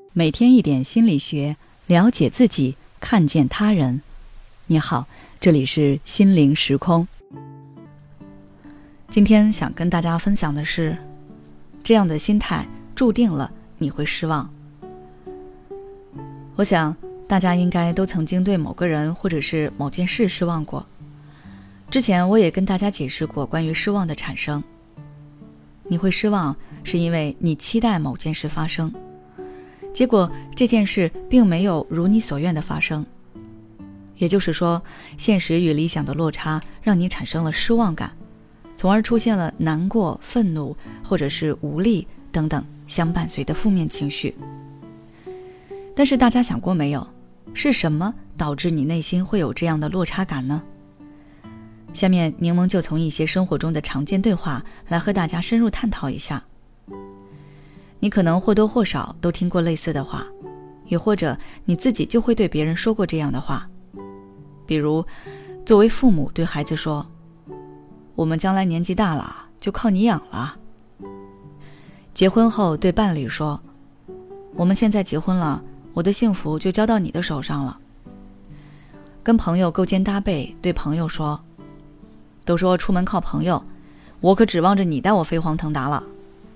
每天一点心理学，了解自己，看见他人。你好，这里是心灵时空。今天想跟大家分享的是，这样的心态注定了你会失望。我想大家应该都曾经对某个人或者是某件事失望过。之前我也跟大家解释过关于失望的产生。你会失望是因为你期待某件事发生，结果这件事并没有如你所愿的发生。也就是说，现实与理想的落差让你产生了失望感，从而出现了难过、愤怒或者是无力等等相伴随的负面情绪。但是大家想过没有，是什么导致你内心会有这样的落差感呢？下面柠檬就从一些生活中的常见对话来和大家深入探讨一下。你可能或多或少都听过类似的话，也或者你自己就会对别人说过这样的话。比如作为父母对孩子说，我们将来年纪大了，就靠你养了。结婚后对伴侣说，我们现在结婚了，我的幸福就交到你的手上了。跟朋友勾肩搭背对朋友说，都说出门靠朋友，我可指望着你带我飞黄腾达了。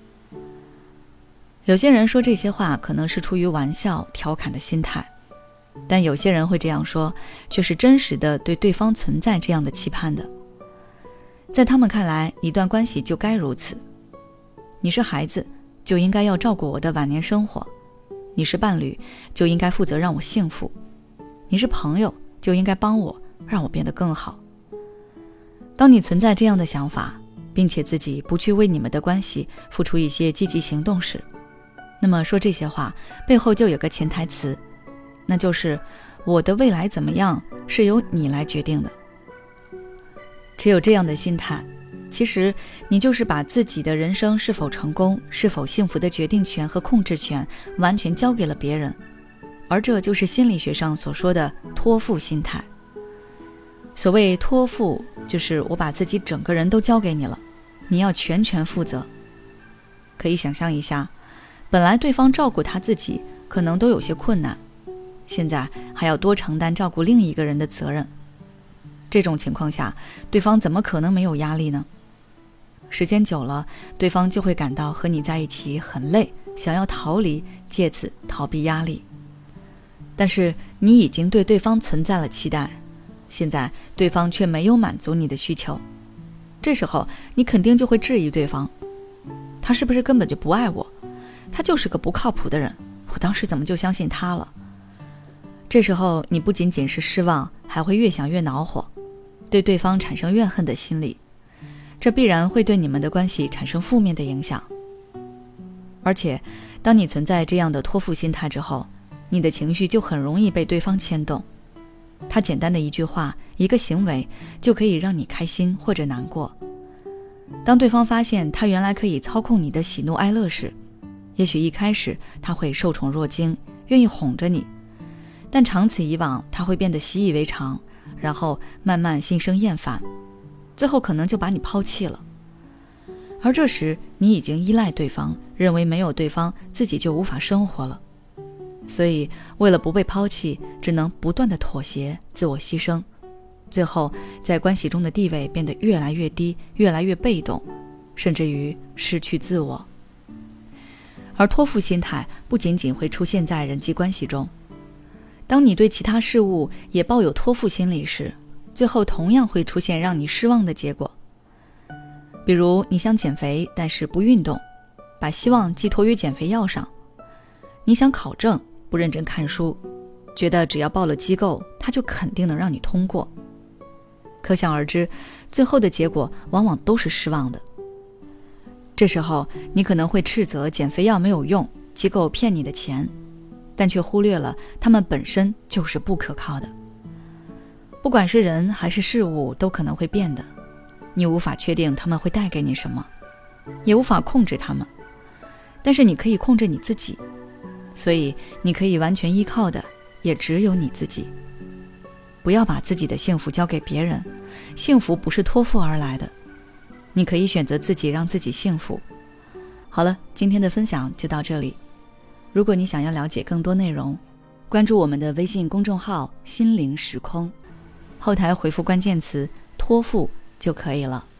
有些人说这些话可能是出于玩笑调侃的心态，但有些人会这样说，却是真实的对对方存在这样的期盼的。在他们看来，一段关系就该如此。你是孩子，就应该要照顾我的晚年生活；你是伴侣，就应该负责让我幸福；你是朋友，就应该帮我，让我变得更好。当你存在这样的想法，并且自己不去为你们的关系付出一些积极行动时，那么说这些话背后就有个潜台词，那就是我的未来怎么样是由你来决定的。只有这样的心态，其实你就是把自己的人生是否成功、是否幸福的决定权和控制权完全交给了别人，而这就是心理学上所说的托付心态。所谓托付，就是我把自己整个人都交给你了，你要全权负责。可以想象一下，本来对方照顾他自己可能都有些困难，现在还要多承担照顾另一个人的责任。这种情况下，对方怎么可能没有压力呢？时间久了，对方就会感到和你在一起很累，想要逃离，借此逃避压力。但是你已经对对方存在了期待，现在对方却没有满足你的需求，这时候你肯定就会质疑对方，他是不是根本就不爱我？他就是个不靠谱的人，我当时怎么就相信他了？这时候你不仅仅是失望，还会越想越恼火，对对方产生怨恨的心理，这必然会对你们的关系产生负面的影响。而且当你存在这样的托付心态之后，你的情绪就很容易被对方牵动，他简单的一句话、一个行为就可以让你开心或者难过。当对方发现他原来可以操控你的喜怒哀乐时，也许一开始他会受宠若惊，愿意哄着你，但长此以往他会变得习以为常，然后慢慢心生厌烦，最后可能就把你抛弃了。而这时你已经依赖对方，认为没有对方自己就无法生活了，所以为了不被抛弃，只能不断的妥协、自我牺牲，最后在关系中的地位变得越来越低，越来越被动，甚至于失去自我。而托付心态不仅仅会出现在人际关系中，当你对其他事物也抱有托付心理时，最后同样会出现让你失望的结果。比如你想减肥，但是不运动，把希望寄托于减肥药上；你想考证，不认真看书，觉得只要报了机构，它就肯定能让你通过。可想而知，最后的结果往往都是失望的。这时候你可能会斥责减肥药没有用，机构骗你的钱，但却忽略了它们本身就是不可靠的。不管是人还是事物都可能会变的，你无法确定它们会带给你什么，也无法控制它们，但是你可以控制你自己，所以你可以完全依靠的也只有你自己。不要把自己的幸福交给别人，幸福不是托付而来的，你可以选择自己让自己幸福。好了，今天的分享就到这里。 如果你想要了解更多内容，关注我们的微信公众号心灵时空，后台回复关键词托付就可以了。